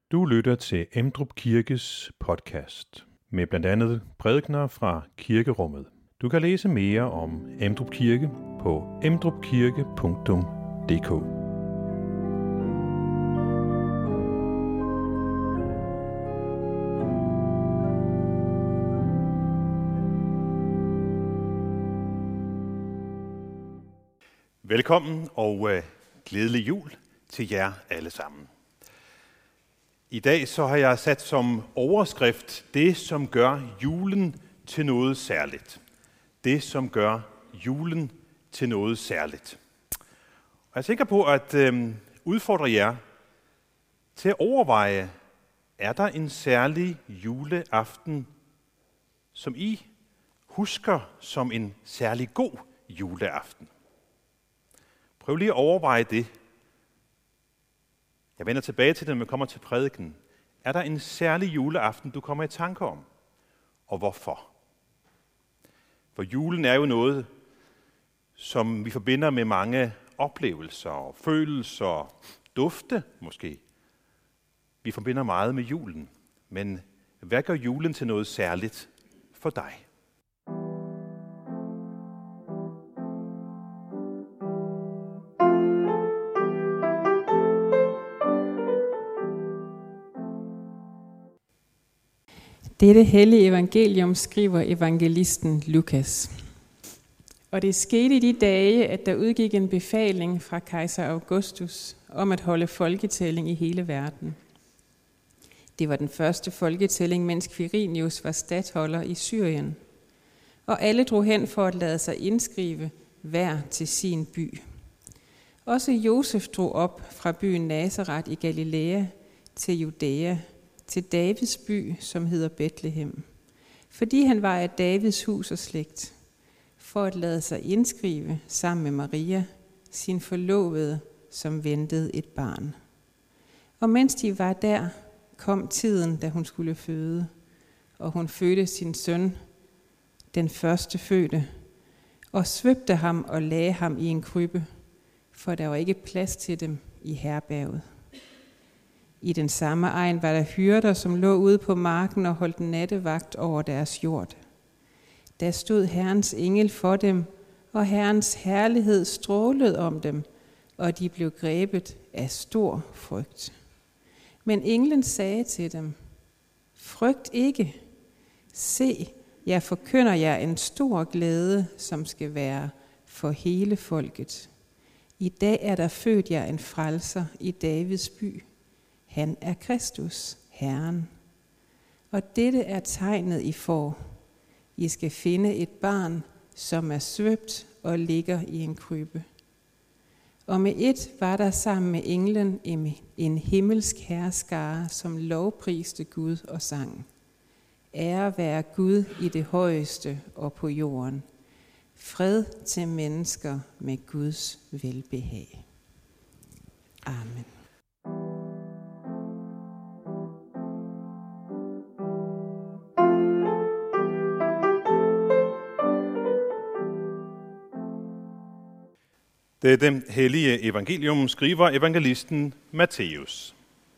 Du lytter til Emdrup Kirkes podcast med blandt andet prædikener fra kirkerummet. Du kan læse mere om Emdrup Kirke på emdrupkirke.dk. Velkommen og glædelig jul til jer alle sammen. I dag så har jeg sat som overskrift det, som gør julen til noget særligt. Det, som gør julen til noget særligt. Og jeg er sikker på at udfordre jer til at overveje, er der en særlig juleaften, som I husker som en særlig god juleaften? Prøv lige at overveje det. Jeg vender tilbage til det, når vi kommer til prædiken. Er der en særlig juleaften, du kommer i tanke om? Og hvorfor? For julen er jo noget, som vi forbinder med mange oplevelser og følelser, dufte måske. Vi forbinder meget med julen. Men hvad gør julen til noget særligt for dig? Dette hellige evangelium skriver evangelisten Lukas. Og det skete i de dage, at der udgik en befaling fra kejser Augustus om at holde folketælling i hele verden. Det var den første folketælling, mens Quirinius var statholder i Syrien. Og alle drog hen for at lade sig indskrive hver til sin by. Også Josef drog op fra byen Nazaret i Galilea til Judæa, til Davids by, som hedder Betlehem, fordi han var af Davids hus og slægt, for at lade sig indskrive sammen med Maria, sin forlovede, som ventede et barn. Og mens de var der, kom tiden, da hun skulle føde, og hun fødte sin søn, den første fødte, og svøbte ham og lagde ham i en krybbe, for der var ikke plads til dem i herberget. I den samme egen var der hyrder, som lå ude på marken og holdt nattevagt over deres jord. Der stod Herrens engel for dem, og Herrens herlighed strålede om dem, og de blev grebet af stor frygt. Men englen sagde til dem, frygt ikke. Se, jeg forkynder jer en stor glæde, som skal være for hele folket. I dag er der født jer en frelser i Davids by. Han er Kristus, Herren. Og dette er tegnet, I får. I skal finde et barn, som er svøbt og ligger i en krybbe. Og med et var der sammen med englen en himmelsk herskare, som lovpriste Gud og sang. Ære være Gud i det højeste og på jorden. Fred til mennesker med Guds velbehag. Amen. Dette hellige evangelium skriver evangelisten Matthæus.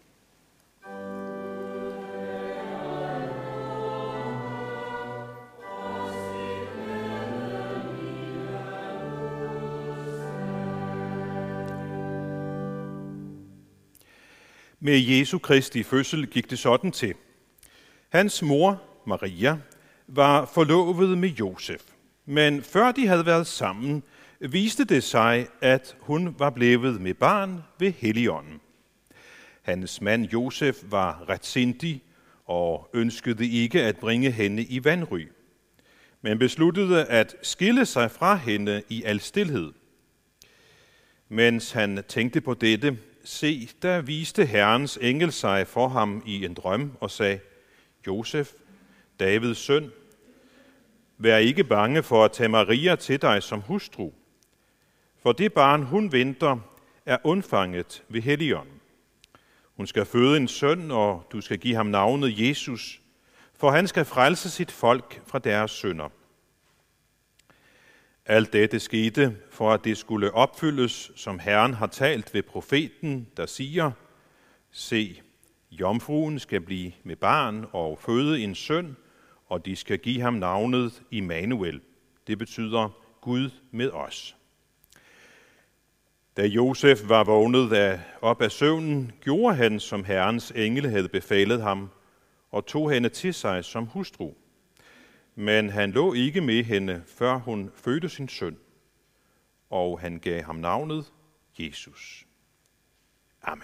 Med Jesu Kristi fødsel gik det sådan til. Hans mor, Maria, var forlovet med Josef, men før de havde været sammen, viste det sig, at hun var blevet med barn ved Helligånden. Hans mand Josef var retsindig og ønskede ikke at bringe hende i vanry, men besluttede at skille sig fra hende i al stilhed. Mens han tænkte på dette, se, der viste Herrens engel sig for ham i en drøm og sagde, Josef, Davids søn, vær ikke bange for at tage Maria til dig som hustru, for det barn, hun venter, er undfanget ved Helligånden. Hun skal føde en søn, og du skal give ham navnet Jesus, for han skal frelse sit folk fra deres synder. Alt dette skete, for at det skulle opfyldes, som Herren har talt ved profeten, der siger, se, Jomfruen skal blive med barn og føde en søn, og de skal give ham navnet Immanuel. Det betyder Gud med os. Da Josef var vågnet op af søvnen, gjorde han, som Herrens engel havde befalet ham, og tog hende til sig som hustru. Men han lå ikke med hende, før hun fødte sin søn, og han gav ham navnet Jesus. Amen.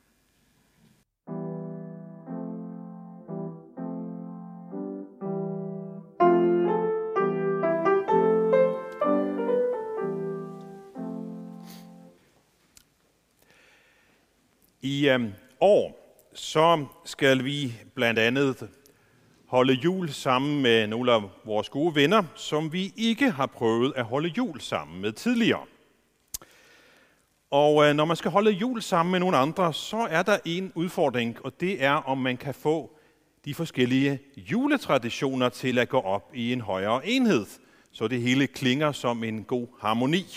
I år så skal vi blandt andet holde jul sammen med nogle af vores gode venner, som vi ikke har prøvet at holde jul sammen med tidligere. Og når man skal holde jul sammen med nogle andre, så er der en udfordring, og det er, om man kan få de forskellige juletraditioner til at gå op i en højere enhed, så det hele klinger som en god harmoni.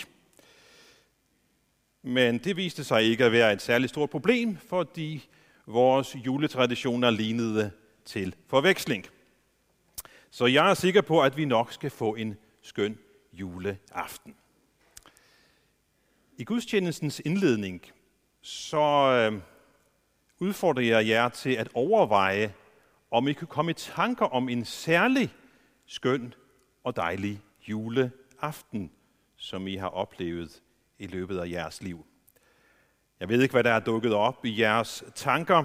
Men det viste sig ikke at være et særligt stort problem, fordi vores juletraditioner lignede til forveksling. Så jeg er sikker på, at vi nok skal få en skøn juleaften. I gudstjenestens indledning så udfordrer jeg jer til at overveje, om I kan komme i tanker om en særlig skøn og dejlig juleaften, som I har oplevet i løbet af jeres liv. Jeg ved ikke, hvad der er dukket op i jeres tanker.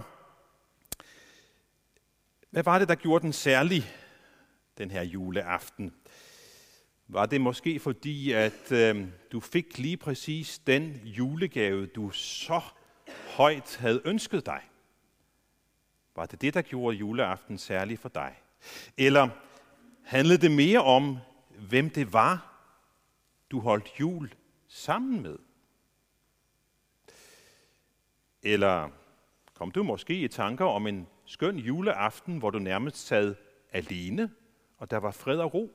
Hvad var det, der gjorde den særlig, den her juleaften? Var det måske fordi, at du fik lige præcis den julegave, du så højt havde ønsket dig? Var det det, der gjorde juleaften særlig for dig? Eller handlede det mere om, hvem det var, du holdt jul sammen med? Eller kom du måske i tanker om en skøn juleaften, hvor du nærmest sad alene, og der var fred og ro?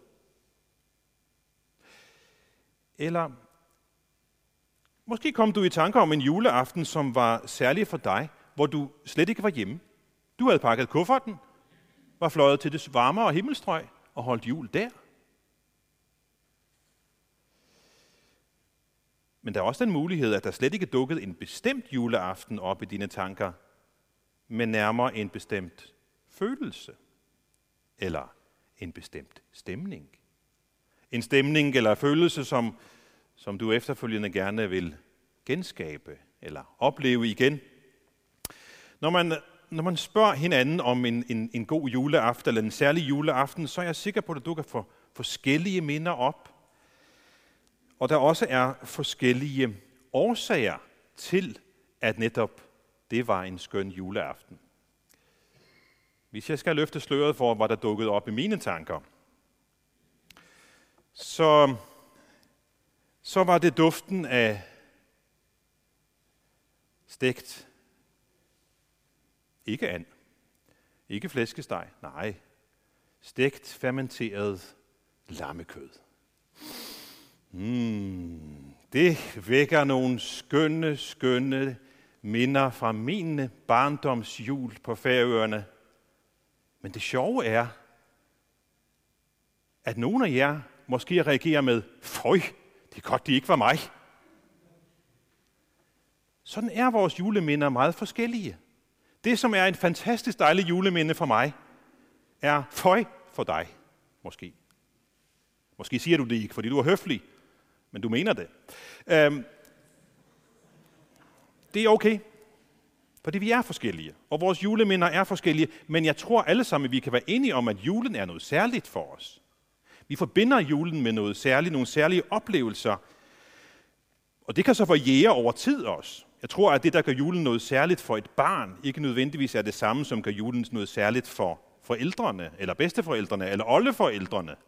Eller måske kom du i tanker om en juleaften, som var særlig for dig, hvor du slet ikke var hjemme. Du havde pakket kufferten, var fløjet til det varmere himmelstrøg og holdt jul der. Men der er også den mulighed, at der slet ikke dukkede en bestemt juleaften op i dine tanker, men nærmere en bestemt følelse eller en bestemt stemning. En stemning eller følelse, som du efterfølgende gerne vil genskabe eller opleve igen. Når man spørger hinanden om en god juleaften eller en særlig juleaften, så er jeg sikker på, at du kan få forskellige minder op. Og der også er forskellige årsager til, at netop det var en skøn juleaften. Hvis jeg skal løfte sløret for, hvad der dukkede op i mine tanker, så var det duften af stegt, ikke and, ikke flæskesteg, nej, stegt fermenteret lammekød. Det vækker nogle skønne minder fra mine barndomsjul på Færøerne. Men det sjove er, at nogle af jer måske reagerer med, føj, det er godt, de ikke var mig. Sådan er vores juleminder meget forskellige. Det, som er en fantastisk dejlig juleminde for mig, er føj for dig, måske. Måske siger du det ikke, fordi du er høflig, men du mener det. Det er okay, fordi vi er forskellige, og vores juleminder er forskellige, men jeg tror alle sammen, at vi kan være enige om, at julen er noget særligt for os. Vi forbinder julen med noget særligt, nogle særlige oplevelser, og det kan så variere over tid også. Jeg tror, at det, der gør julen noget særligt for et barn, ikke nødvendigvis er det samme, som gør julen noget særligt for forældrene, eller bedsteforældrene, eller oldeforældrene.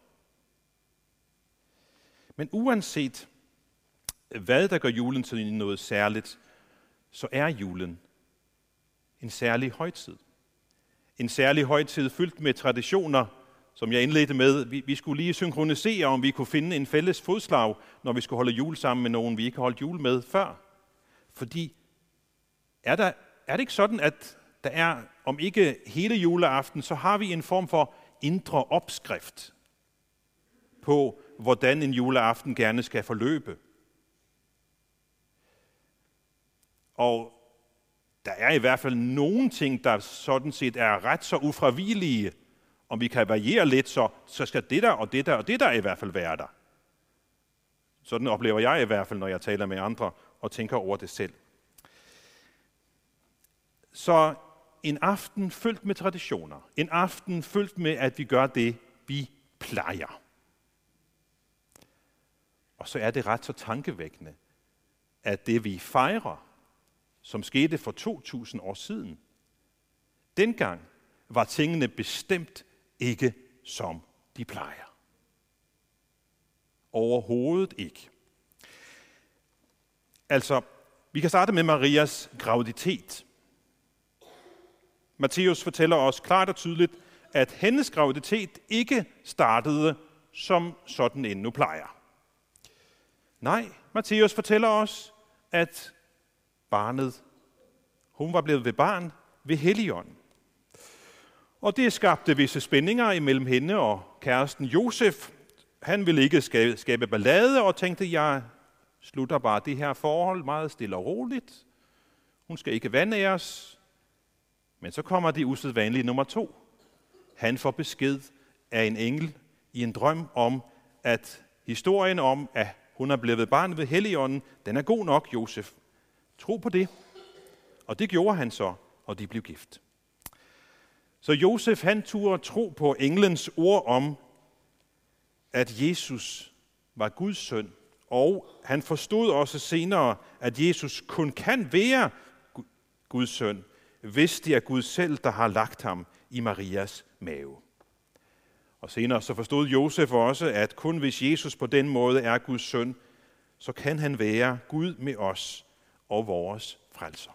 Men uanset hvad der gør julen til noget særligt, så er julen en særlig højtid. En særlig højtid fyldt med traditioner, som jeg indledte med. Vi skulle lige synkronisere, om vi kunne finde en fælles fodslag, når vi skulle holde jul sammen med nogen, vi ikke har holdt jul med før. Fordi er det ikke sådan, at der er, om ikke hele juleaften, så har vi en form for indre opskrift på, hvordan en juleaften gerne skal forløbe. Og der er i hvert fald nogle ting, der sådan set er ret så ufravigelige. Om vi kan variere lidt, så skal det der og det der og det der i hvert fald være der. Sådan oplever jeg i hvert fald, når jeg taler med andre og tænker over det selv. Så en aften fyldt med traditioner. En aften fyldt med, at vi gør det, vi plejer. Og så er det ret så tankevækkende, at det vi fejrer, som skete for 2000 år siden, dengang var tingene bestemt ikke som de plejer. Overhovedet ikke. Altså, vi kan starte med Marias graviditet. Matthæus fortæller os klart og tydeligt, at hendes graviditet ikke startede som sådan endnu plejer. Nej, Matthæus fortæller os, at hun var blevet ved barn ved Helligånden. Og det skabte visse spændinger imellem hende og kæresten Josef. Han ville ikke skabe ballade og tænkte, jeg slutter bare det her forhold meget stille og roligt. Hun skal ikke vanæres. Men så kommer det usædvanlige nummer 2. Han får besked af en engel i en drøm om, at historien om, at hun er blevet barn ved Helligånden, den er god nok, Josef. Tro på det. Og det gjorde han så, og de blev gift. Så Josef, han turde tro på englens ord om, at Jesus var Guds søn, og han forstod også senere, at Jesus kun kan være Guds søn, hvis det er Gud selv, der har lagt ham i Marias mave. Og senere så forstod Josef også, at kun hvis Jesus på den måde er Guds søn, så kan han være Gud med os og vores frelser.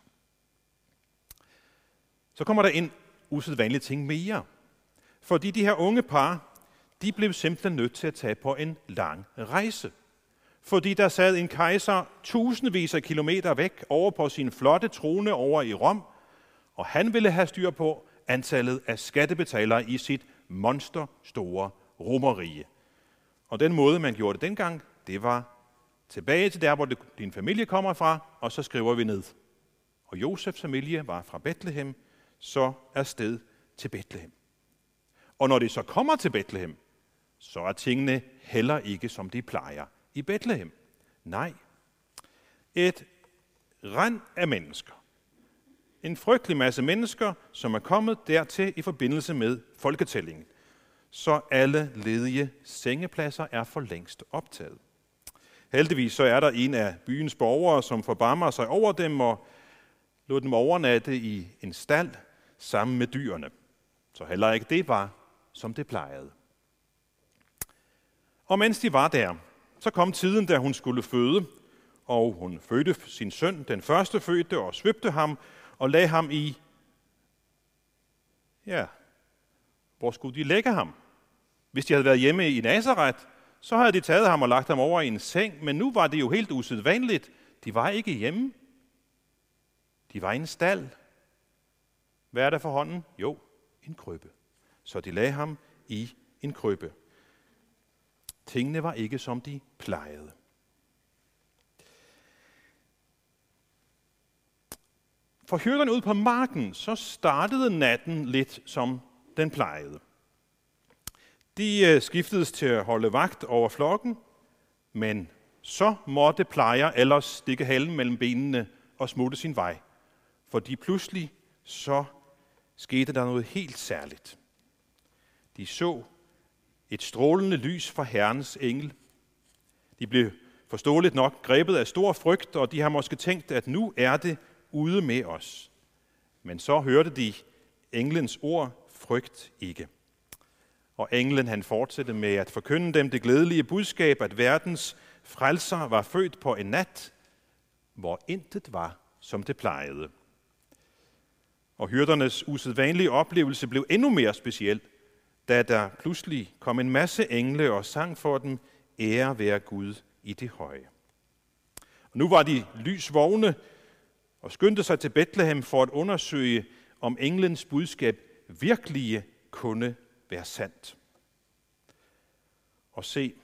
Så kommer der en usædvanlig ting mere. Fordi de her unge par, de blev simpelthen nødt til at tage på en lang rejse. Fordi der sad en kejser tusindvis af kilometer væk over på sin flotte trone over i Rom, og han ville have styr på antallet af skattebetalere i sit monsterstore romerrige. Og den måde, man gjorde det dengang, det var tilbage til der, hvor din familie kommer fra, og så skriver vi ned. Og Josefs familie var fra Betlehem, så afsted til Betlehem. Og når de så kommer til Betlehem, så er tingene heller ikke, som de plejer i Betlehem. Nej, et rand af mennesker. En frygtelig masse mennesker, som er kommet dertil i forbindelse med folketællingen. Så alle ledige sengepladser er for længst optaget. Heldigvis så er der en af byens borgere, som forbarmer sig over dem og lod dem overnatte i en stald sammen med dyrene. Så heller ikke det var, som det plejede. Og mens de var der, så kom tiden, da hun skulle føde, og hun fødte sin søn, den første fødte, og svøbte ham og lagde ham i, hvor skulle de lægge ham? Hvis de havde været hjemme i Nazaret, så havde de taget ham og lagt ham over i en seng, men nu var det jo helt usædvanligt. De var ikke hjemme. De var i en stald. Hvad er der for hånden? Jo, en krybbe. Så de lagde ham i en krybbe. Tingene var ikke, som de plejede. For hyrderne ude på marken, så startede natten lidt, som den plejede. De skiftedes til at holde vagt over flokken, men så måtte plejer ellers stikke halen mellem benene og smutte sin vej. Fordi pludselig så skete der noget helt særligt. De så et strålende lys fra Herrens engel. De blev forståeligt nok grebet af stor frygt, og de har måske tænkt, at nu er det ude med os. Men så hørte de englens ord, frygt ikke. Og englen han fortsatte med at forkynde dem det glædelige budskab, at verdens frelser var født på en nat, hvor intet var, som det plejede. Og hyrdernes usædvanlige oplevelse blev endnu mere speciel, da der pludselig kom en masse engle og sang for dem, ære være Gud i det høje. Og nu var de lysvågne og skyndte sig til Betlehem for at undersøge, om englens budskab virkelig kunne være sandt. Og se,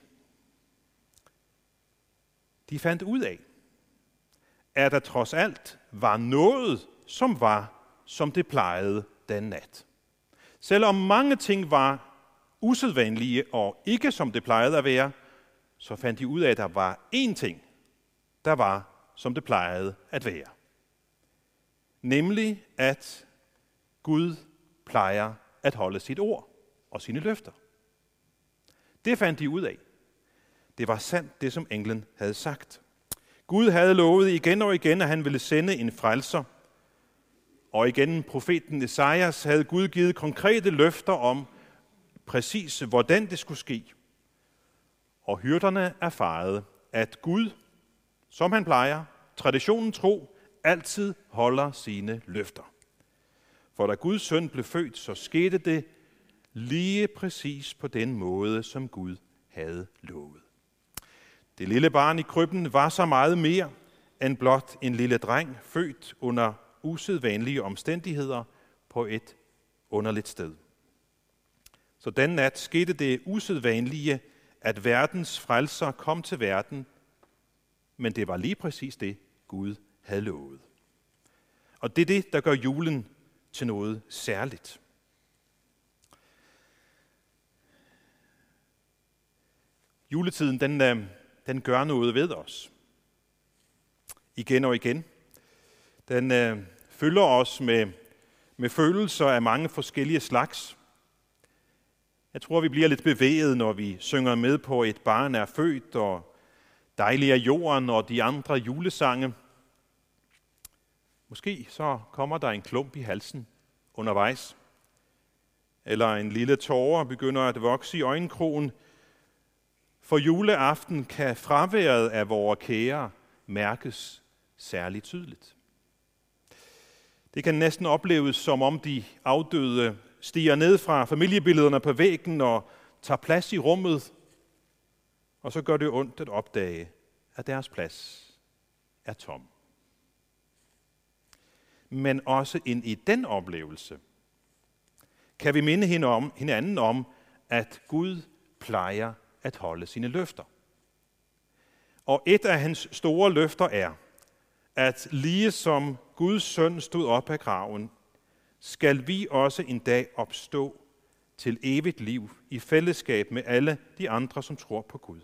de fandt ud af, at der trods alt var noget, som var, som det plejede den nat. Selvom mange ting var usædvanlige og ikke som det plejede at være, så fandt de ud af, at der var én ting, der var, som det plejede at være. Nemlig, at Gud plejer at holde sit ord og sine løfter. Det fandt de ud af. Det var sandt, det som englen havde sagt. Gud havde lovet igen og igen, at han ville sende en frelser. Og igen profeten Esajas havde Gud givet konkrete løfter om præcis, hvordan det skulle ske. Og hyrderne erfarede, at Gud, som han plejer, traditionen tro, altid holder sine løfter. For da Guds søn blev født, så skete det lige præcis på den måde, som Gud havde lovet. Det lille barn i krybben var så meget mere end blot en lille dreng, født under usædvanlige omstændigheder på et underligt sted. Så den nat skete det usædvanlige, at verdens frelser kom til verden, men det var lige præcis det, Gud havde lovet. Og det er det, der gør julen til noget særligt. Juletiden, den gør noget ved os. Igen og igen. Den fylder os med følelser af mange forskellige slags. Jeg tror, vi bliver lidt bevæget, når vi synger med på Et barn er født, og Dejlig er jorden og de andre julesange. Måske så kommer der en klump i halsen undervejs, eller en lille tåre begynder at vokse i øjenkrogen, for juleaften kan fraværet af vores kære mærkes særligt tydeligt. Det kan næsten opleves, som om de afdøde stiger ned fra familiebillederne på væggen og tager plads i rummet, og så gør det ondt at opdage, at deres plads er tom. Men også ind i den oplevelse kan vi minde hinanden om, at Gud plejer at holde sine løfter. Og et af hans store løfter er, at lige som Guds søn stod op af graven, skal vi også en dag opstå til evigt liv i fællesskab med alle de andre, som tror på Gud.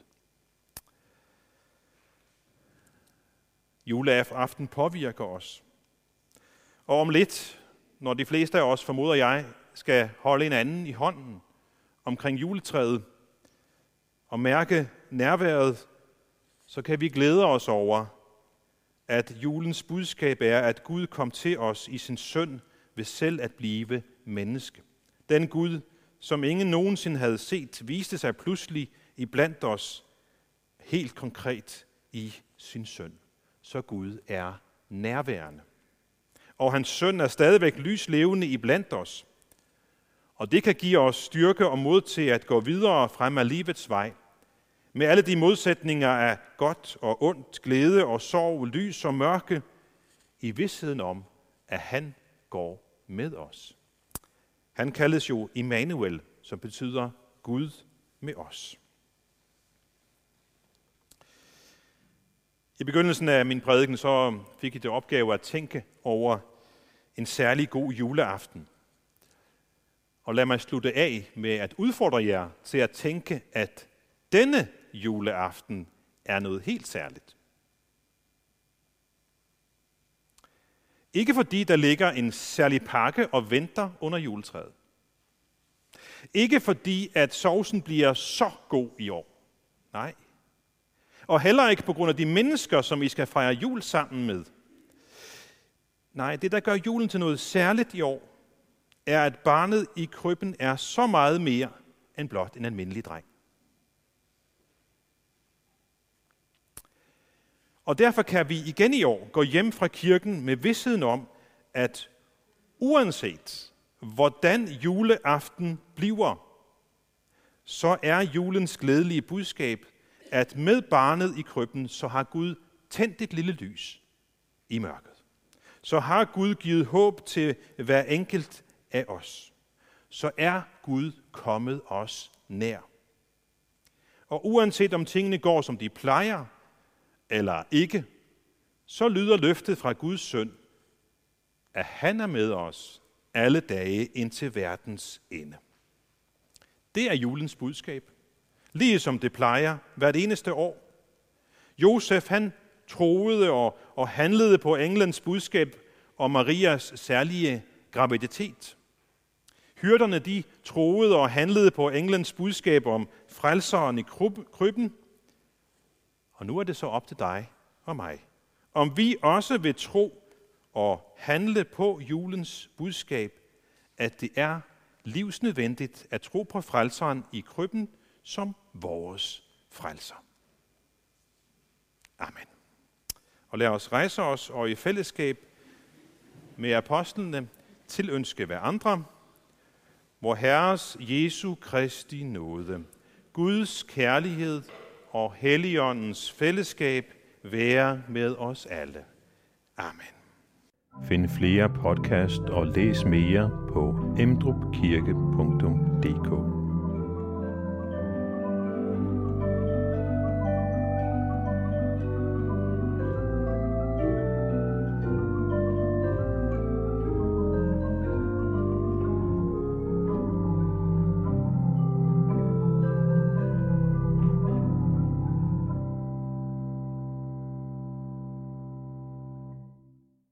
Juleaften påvirker os. Og om lidt, når de fleste af os, formoder jeg, skal holde hinanden i hånden omkring juletræet og mærke nærværet, så kan vi glæde os over, at julens budskab er, at Gud kom til os i sin søn ved selv at blive menneske. Den Gud, som ingen nogensinde havde set, viste sig pludselig iblandt os helt konkret i sin søn. Så Gud er nærværende. Og hans søn er stadigvæk lyslevende iblandt os. Og det kan give os styrke og mod til at gå videre frem af livets vej. Med alle de modsætninger af godt og ondt, glæde og sorg, lys og mørke, i vidstheden om, at han går med os. Han kaldes jo Immanuel, som betyder Gud med os. I begyndelsen af min prædiken så fik jeg det opgave at tænke over en særlig god juleaften. Og lad mig slutte af med at udfordre jer til at tænke, at denne juleaften er noget helt særligt. Ikke fordi der ligger en særlig pakke og venter under juletræet. Ikke fordi at sovsen bliver så god i år. Nej. Og heller ikke på grund af de mennesker, som I skal fejre jul sammen med. Nej, det der gør julen til noget særligt i år, er at barnet i krybben er så meget mere end blot en almindelig dreng. Og derfor kan vi igen i år gå hjem fra kirken med vidstheden om, at uanset hvordan juleaften bliver, så er julens glædelige budskab, at med barnet i krybben, så har Gud tændt et lille lys i mørket. så har Gud givet håb til hver enkelt af os. Så er Gud kommet os nær. Og uanset om tingene går, som de plejer, eller ikke, så lyder løftet fra Guds søn, at han er med os alle dage indtil verdens ende. Det er julens budskab, lige som det plejer hvert eneste år. Josef, han troede og handlede på englens budskab om Marias særlige graviditet. Hyrderne, de troede og handlede på englens budskab om frelseren i krybben. Og nu er det så op til dig og mig, om vi også vil tro og handle på julens budskab, at det er livsnødvendigt at tro på frelseren i krybben som vores frelser. Amen. Og lad os rejse os og i fællesskab med apostlene tilønske hver andre, vor Herres Jesu Kristi nåde, Guds kærlighed og Helligåndens fællesskab være med os alle. Amen. Find flere podcast og læs mere på emdrupkirke.dk.